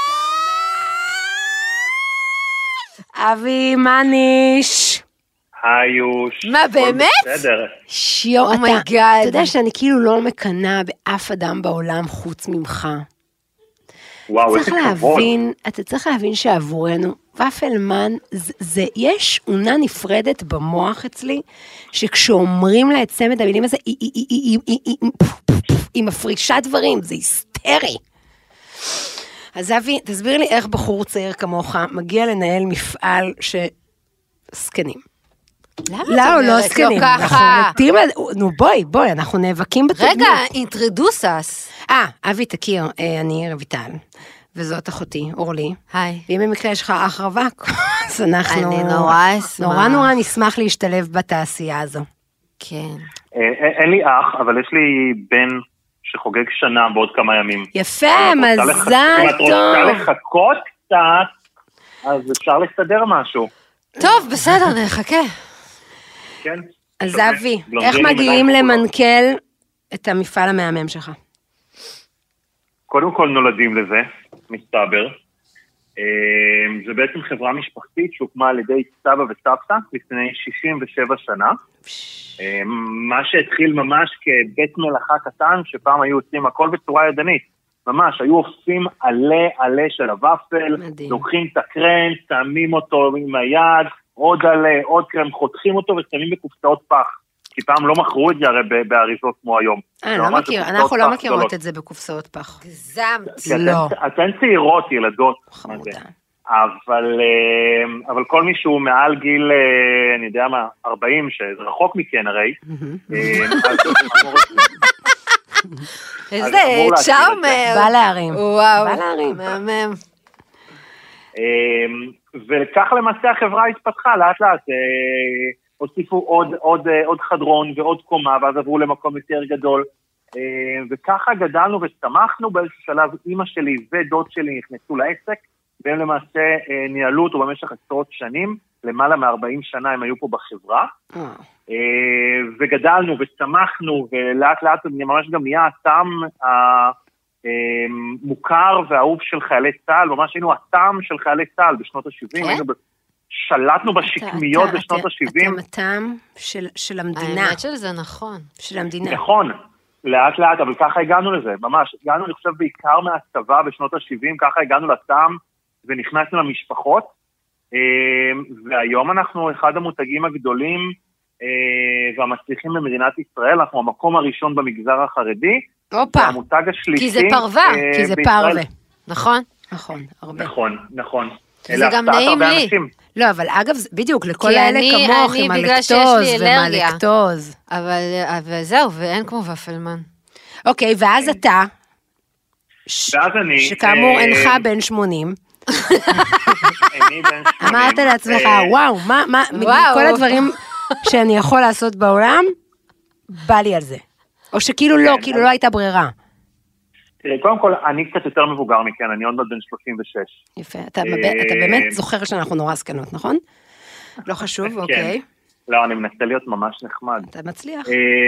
אבי מניש. היוש. מה, באמת? בסדר. שיו, אתה, אומייגאד. אתה יודע שאני כאילו לא מקנה באף אדם בעולם חוץ ממך. וואו, איזה צריך כבוד. להבין, אתה צריך להבין שעבורנו, ופלמן, זה, זה, יש עונה נפרדת במוח אצלי, שכשאומרים לה את צמד המילים הזה, היא, היא, היא, היא, היא, היא, היא, היא מפרישה דברים, זה היסטרי. אז אבי, תסביר לי איך בחור צעיר כמוך מגיע לנהל מפעל שסקנים. למה את לא, אומרת לא לו סקנים, אנחנו ככה? מתים, על- נו בואי, בואי, אנחנו נאבקים בתדמות. רגע, אינטרדוסס. אה, אבי תכיר, אה, אני רויטל, וזאת אחותי, אורלי. היי. ואם במקרה יש לך אח רווק, אז אנחנו... אני נורא אשמח. נורא נורא נשמח להשתלב בתעשייה הזו. כן. אה, אין- אין לי אח, אבל יש לי בן שחוגג שנה בעוד כמה ימים. יפה, אם את רוצה לח- מזל אם את רוצה טוב. לחכות קצת, אז אפשר לסדר משהו. טוב, בסדר, נחכה. כן? אז שווה. אבי, בלונדינים איך מגיעים עיניים כחולות. למנכ"ל את המפעל המהמם שלך? קודם כל נולדים לזה, מסתבר. אה, זה בעצם חברה משפחתית שהוקמה על ידי סבא וסבתא לפני שישים ושבע שנה. אה, מה שהתחיל ממש כבית מלאכה קטן, שפעם היו עושים הכל בצורה ידנית. ממש, היו אופסים עלה עלה של הוואפל, מדהים. לוקחים את הקרם, שמים אותו עם היד, עוד עלה, עוד קרם, חותכים אותו ושמים בקופסאות פח. כי פעם לא מכרו את זה הרי ב- באריזות כמו היום. אה, זה לא ממש מכיר, בקופסאות אנחנו לא פח מכירות גדולות. את זה בקופסאות פח. גזמת. כי אתן- לא. אתן צעירות, ילדות. מה זה? חמודה. אבל, אבל כל מי שהוא מעל גיל, אני יודע מה, ארבעים, שזה רחוק מכן הרי, אז אמור... איזה צ'ארמר. בא להרים. וואו, בא להרים. מהמם. וכך למעשה החברה התפתחה לאט לאט, הוסיפו עוד, עוד, עוד חדרון ועוד קומה, ואז עברו למקום יותר גדול, וככה גדלנו וצמחנו. באיזשהו שלב אמא שלי ודוד שלי נכנסו לעסק, והם למעשה ניהלו אותו במשך עשרות שנים, למעלה מ-ארבעים שנה הם היו פה בחברה, וגדלנו וצמחנו, ולאט לאט ממש גם נהיה הטעם המוכר והאהוב של חיילי צה"ל, ממש היינו הטעם של חיילי צה"ל בשנות ה-שבעים, היינו שלטנו בשקמיות בשנות ה-שבעים. אתם הטעם של המדינה. האמת של זה נכון. של המדינה. נכון, לאט לאט, אבל ככה הגענו לזה, ממש, הגענו אני חושב בעיקר מהצבא בשנות ה-שבעים, ככה הגענו לטעם ונכנסנו למשפחות, והיום אנחנו אחד המותגים הגדולים והמצליחים במדינת ישראל, אנחנו המקום הראשון במגזר החרדי, והמותג השלישי. כי זה פרווה, כי זה פרווה. נכון? נכון, הרבה. נכון, נכון. זה גם נעים לי. לא, אבל אגב, בדיוק, לכל האלה כמוך, עם הלקטוז ומהלקטוז. אבל זהו, ואין כמו ופלמן. אוקיי, ואז אתה, ואז אני... שכאמור אינך בן שמונים, אני בן שמונים. אמרת לעצמך, וואו, מה, כל הדברים שאני יכול לעשות בעולם, בא לי על זה. או שכאילו לא, כאילו לא הייתה ברירה. תראי, קודם כל, אני קצת יותר מבוגר מכן, אני עוד מעט בן שלושים ושש. יפה, אתה באמת זוכר שאנחנו נורא סקנות, נכון? לא חשוב, אוקיי. לא, אני מנסה להיות ממש נחמד. אתה מצליח.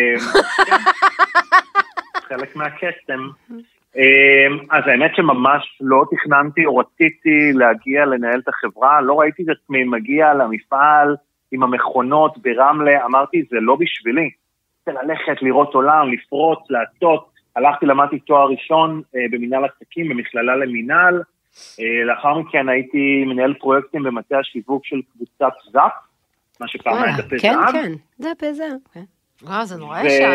חלק מהקסם. אז האמת שממש לא תכננתי או רציתי להגיע לנהל את החברה, לא ראיתי את עצמי מגיע למפעל עם המכונות ברמלה, אמרתי, זה לא בשבילי. זה ללכת, לראות עולם, לפרוץ, לעשות. הלכתי, למדתי תואר ראשון במנהל עסקים, במכללה למנהל. לאחר מכן הייתי מנהל פרויקטים במטה השיווק של קבוצת זאפ, מה שפעם היה דפי זהב. כן, כן, דפי זהב. וואו, זה נורא ישן.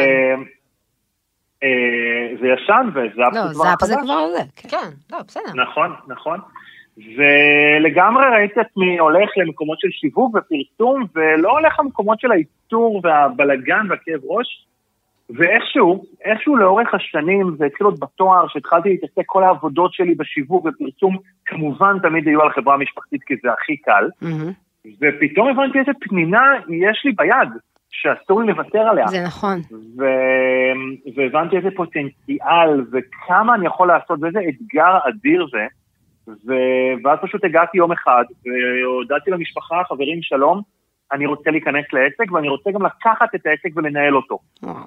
זה ישן, וזאפ לא, זה כבר זאפ חדש. זה כבר זה. כן, לא, בסדר. נכון, נכון. ולגמרי ראיתי עצמי הולך למקומות של שיווק ופרסום, ולא הולך למקומות של הייצור והבלגן והכאב ראש, ואיכשהו, איכשהו לאורך השנים, זה התחיל עוד בתואר, שהתחלתי להתעסק כל העבודות שלי בשיווק ופרסום, כמובן תמיד היו על חברה משפחתית, כי זה הכי קל, ופתאום הבנתי איזה פנינה יש לי ביד, שאסור לי לוותר עליה. זה נכון. ו... והבנתי איזה פוטנציאל, וכמה אני יכול לעשות, ואיזה אתגר אדיר זה, ו... ואז פשוט הגעתי יום אחד, והודעתי למשפחה, חברים, שלום, אני רוצה להיכנס לעסק, ואני רוצה גם לקחת את העסק ולנהל אותו.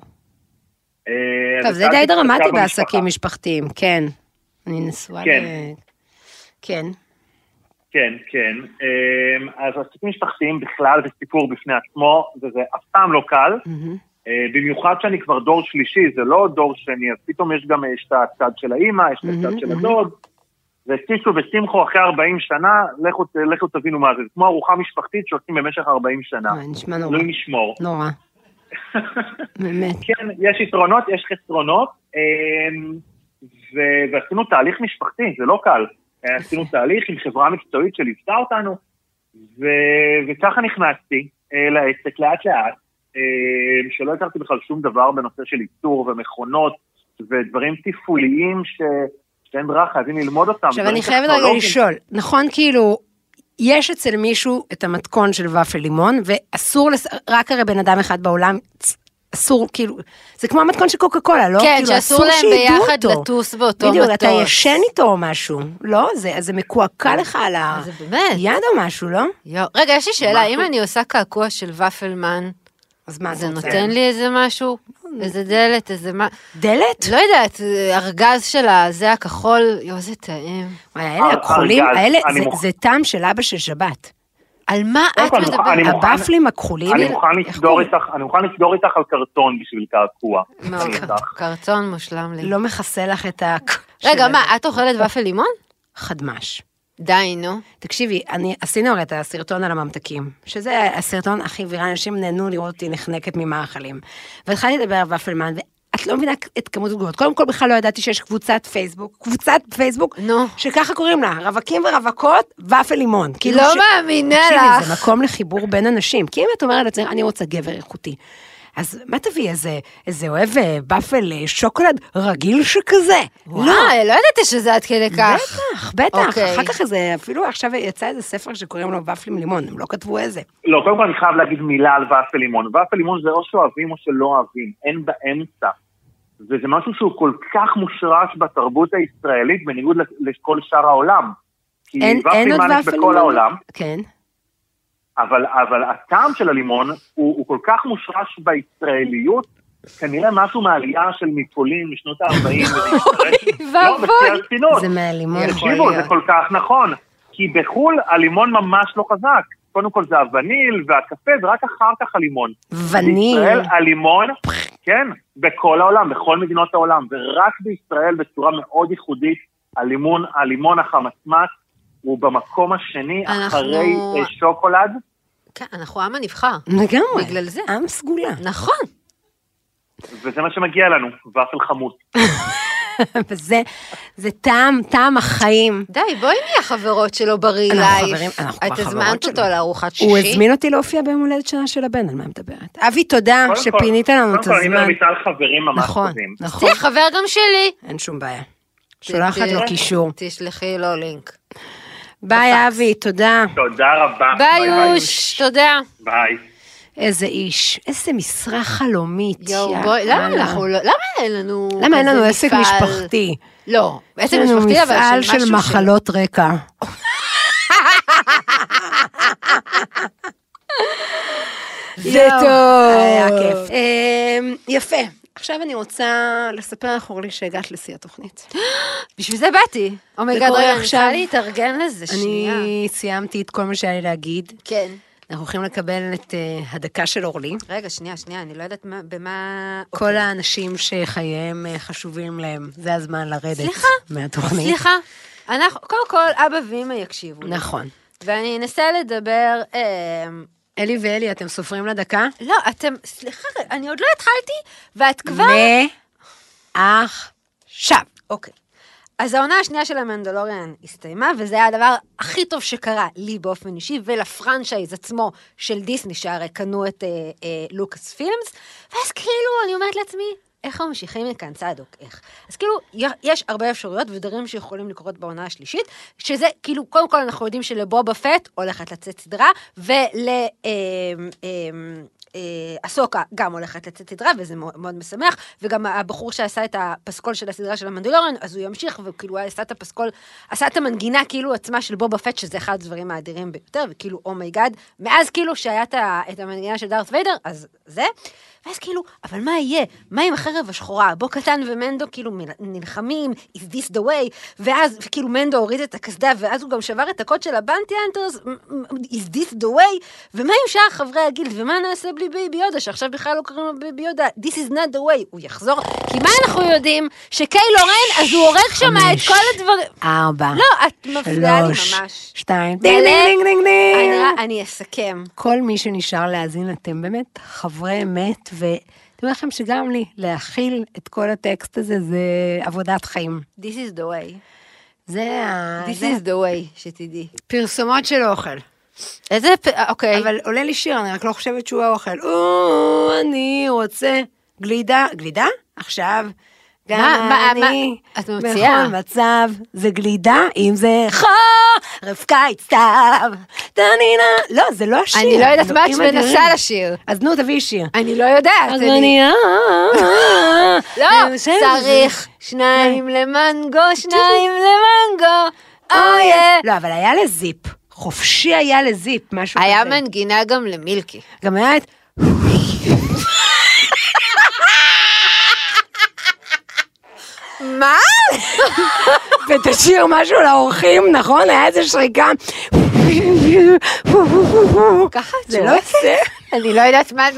טוב, זה די דרמטי בעסקים משפחתיים, כן. אני נשואה ל... כן. כן, כן. אז עסקים משפחתיים בכלל זה סיפור בפני עצמו, וזה אף פעם לא קל, במיוחד שאני כבר דור שלישי, זה לא דור שני, אז פתאום יש גם את הצד של האמא, יש את הצד של הדוד, וסיסו ושמחו אחרי ארבעים שנה, לכו, לכו תבינו מה זה, זה כמו ארוחה משפחתית שעושים במשך ארבעים שנה. נשמע נורא. לא נשמור. נורא. באמת. כן, יש יתרונות, יש חסרונות, ועשינו תהליך משפחתי, זה לא קל. עשינו תהליך עם חברה מקצועית שליוותה אותנו, וככה נכנסתי לעסק לאט לאט, שלא הכרתי בכלל שום דבר בנושא של ייצור ומכונות, ודברים תפעוליים ש... שאין ברירה, חייבים ללמוד אותם. עכשיו אני חייבת רגע לשאול, נכון כאילו, יש אצל מישהו את המתכון של ופל לימון, ואסור, לס... רק הרי בן אדם אחד בעולם, אסור, כאילו, זה כמו המתכון של קוקה קולה, לא? כן, כאילו, שאסור להם ביחד לטוס באותו מטוס. בדיוק, אתה ישן איתו או משהו, לא? זה, זה מקועקע לך על היד או משהו, לא? יו, רגע, יש לי שאלה, אם אני עושה קעקוע של ופלמן, אז מה זה נותן לי איזה משהו? איזה דלת, איזה מה... דלת? לא יודעת, ארגז של הזה הכחול, יו, זה טעים. האלה הכחולים, האלה, זה טעם של אבא של שבת. על מה את מדברת? הבפלים הכחולים? אני מוכן לסגור איתך על קרטון בשביל קעקוע. קרטון מושלם לי. לא מכסה לך את ה... רגע, מה, את אוכלת ופל לימון? חדמש. די, נו. תקשיבי, אני עשינו הרי את הסרטון על הממתקים, שזה הסרטון הכי ויראלי, אנשים נהנו לראות אותי נחנקת ממאכלים. והתחלתי לדבר על ופלמן, ואת את לא מבינה את כמות התגובות. קודם כל בכלל לא ידעתי שיש קבוצת פייסבוק, קבוצת פייסבוק, נו. שככה קוראים לה, רווקים ורווקות, ופל לימון. לא מאמינה לך. זה מקום לחיבור בין אנשים, כי אם את אומרת, אני רוצה גבר איכותי, אז מה תביא, איזה, איזה אוהב בפל שוקולד רגיל שכזה? וואי, לא ידעתי שזה עד כדי כך. בטח, בטח. אוקיי. אחר כך איזה, אפילו עכשיו יצא איזה ספר שקוראים לו ופלים לימון, הם לא כתבו איזה. לא, קודם כל אני חייב להגיד מילה על ופל לימון. ופל לימון זה או שאוהבים או שלא אוהבים, אין באמצע. וזה משהו שהוא כל כך מושרש בתרבות הישראלית, בניגוד לכל שאר העולם. כי ופל לימון יש בכל העולם. כן. אבל, אבל הטעם של הלימון הוא, הוא כל כך מושרש בישראליות, כנראה משהו מהעלייה של מפולין משנות ה-ארבעים. לא, בשיא הרצינות. זה מהלימון. תקשיבו, זה כל כך נכון. כי בחול הלימון ממש לא חזק. קודם כל זה הווניל והקפה, ורק אחר כך הלימון. וניל. בישראל הלימון, כן, בכל העולם, בכל מדינות העולם, ורק בישראל בצורה מאוד ייחודית, הלימון, הלימון החמצמץ, הוא במקום השני אנחנו... אחרי שוקולד. כן, אנחנו עם הנבחר. לגמרי. בגלל זה. עם סגולה. נכון. וזה מה שמגיע לנו, ופל חמוץ. וזה, זה טעם, טעם החיים. די, בואי נהיה החברות שלו בריא לייף. את הזמנת אותו לארוחת שישי. הוא הזמין אותי להופיע ביום הולדת שנה של הבן, על מה מדברת. אבי, תודה שפינית לנו את הזמן. קודם כל, אני מרביצה על חברים ממש טובים. נכון. זה חבר גם שלי. אין שום בעיה. שולחת לו קישור. תשלחי לו לינק. ביי, אבי, תודה. תודה רבה. ביי, יוש, תודה. ביי. איזה איש, איזה משרה חלומית. יואו, בואי, למה אנחנו לא, למה אין לנו... למה אין לנו עסק משפחתי? לא, עסק משפחתי, אבל מפעל של מחלות רקע. זה טוב. היה כיף. יפה. עכשיו אני רוצה לספר לך, אורלי, שהגעת לשיא התוכנית. בשביל זה באתי. אומייגד, רגע, אני צריכה להתארגן לזה, שנייה. אני סיימתי את כל מה שהיה לי להגיד. כן. אנחנו הולכים לקבל את uh, הדקה של אורלי. רגע, שנייה, שנייה, אני לא יודעת מה, במה... כל אוקיי. האנשים שחייהם uh, חשובים להם, זה הזמן לרדת סליחה? מהתוכנית. סליחה, אנחנו, קודם כל, אבא ואמא יקשיבו. נכון. ואני אנסה לדבר... אה, אלי ואלי, אתם סופרים לדקה? לא, אתם... סליחה, אני עוד לא התחלתי, ואת כבר... מעכשיו. אוקיי. אז העונה השנייה של המנדלוריאן הסתיימה, וזה היה הדבר הכי טוב שקרה לי באופן אישי, ולפרנצ'ייז עצמו של דיסני, שהרי קנו את אה, אה, לוקאס פילמס, ואז כאילו אני אומרת לעצמי, איך ממשיכים מכאן צדוק, איך? אז כאילו, יש הרבה אפשרויות ודברים שיכולים לקרות בעונה השלישית, שזה כאילו, קודם כל אנחנו יודעים שלבובה פט הולכת לצאת סדרה, ול... אה, אה, אסוקה גם הולכת לצאת סדרה, וזה מאוד, מאוד משמח, וגם הבחור שעשה את הפסקול של הסדרה של המנדלוריאן, אז הוא ימשיך, וכאילו הוא עשה את הפסקול, עשה את המנגינה כאילו עצמה של בובה פט, שזה אחד הדברים האדירים ביותר, וכאילו, אומייגאד, מאז כאילו שהיה את המנגינה של דארת ויידר, אז זה, ואז כאילו, אבל מה יהיה? מה עם החרב השחורה? בו קטן ומנדו כאילו נלחמים, is this the way, ואז כאילו מנדו הוריד את הכסדה, ואז הוא גם שבר את הקוד של הבנטי אנטרס, is this the way, ומה עם שאר חברי הגילד, ומה נעשה בלי בייבי יודה, שעכשיו בכלל לא קוראים לו בייבי יודה, this is not the way, הוא יחזור, כי מה אנחנו יודעים? שקיי לורן, אז הוא עורך שם את כל הדברים. ארבע. לא, את מפריעה לי ממש. שתיים. דינג דינג דינג דינג. אני אסכם. כל מי שנשאר להאזין, אתם באמת חברי אמת, ואתם אומרים לכם שגם לי, להכיל את כל הטקסט הזה, זה עבודת חיים. This is the way. זה ה... This is the way, שתדעי. פרסומות של אוכל. איזה... אוקיי. אבל עולה לי שיר, אני רק לא חושבת שהוא האוכל. או, אני רוצה גלידה. גלידה? עכשיו. גם אני, בכל מצב, זה גלידה, אם זה חורף קיץ סתיו, תנינה, לא, זה לא השיר. אני לא יודעת מה את מנסה לשיר. אז נו, תביאי שיר. אני לא יודעת. אז אני... לא, צריך שניים למנגו, שניים למנגו, אוי. לא, אבל היה לזיפ, חופשי היה לזיפ, משהו כזה. היה מנגינה גם למילקי. גם היה את... מה? ותשאיר משהו לאורחים, נכון? היה איזה שריקה. ככה את זה לא עושה. אני לא יודעת מה את...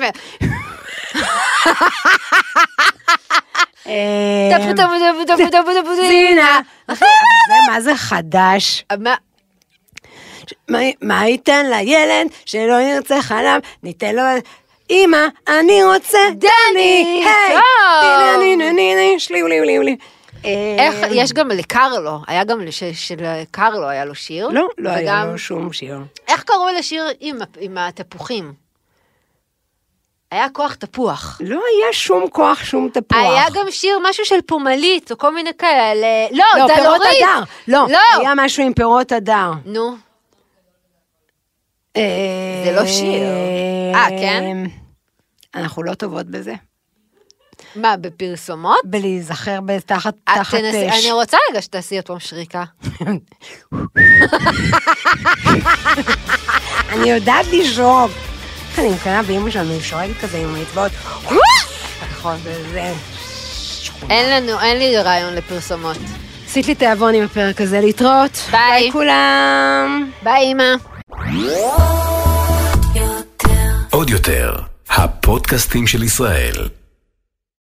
טפו טפו טפו טפו טפו טפו זינה. זה מה זה חדש? מה? מה ייתן לילד שלא ירצה חלב? ניתן לו... אמא, אני רוצה דני, היי, טוב. ני ני ני ני, שלי ולי ולי ולי. איך, יש גם לקרלו, היה גם שלקרלו היה לו שיר. לא, לא היה וגם- לו שום שיר. איך קראו לשיר עם, עם התפוחים? היה כוח תפוח. לא היה שום כוח, שום תפוח. היה גם שיר משהו של פומלית, או כל מיני כאלה. לא, לא, פירות דלורית. הדר. לא, לא. היה משהו עם פירות הדר. נו, אה, זה לא שיר. אה, כן? אנחנו לא טובות בזה. מה, בפרסומות? בלהיזכר בתחת את תחת תנסי- אש. אני רוצה רגע שתעשי עוד פעם שריקה. אני יודעת לשרוק. אני מקנה באמא שלנו, היא שורקת כזה עם האצבעות. נכון. וזה... אין לנו, אין לי רעיון לפרסומות. עשית לי תיאבון עם הפרק הזה, להתראות. ביי. ביי כולם. ביי, אמא. עוד יותר, הפודקאסטים של ישראל.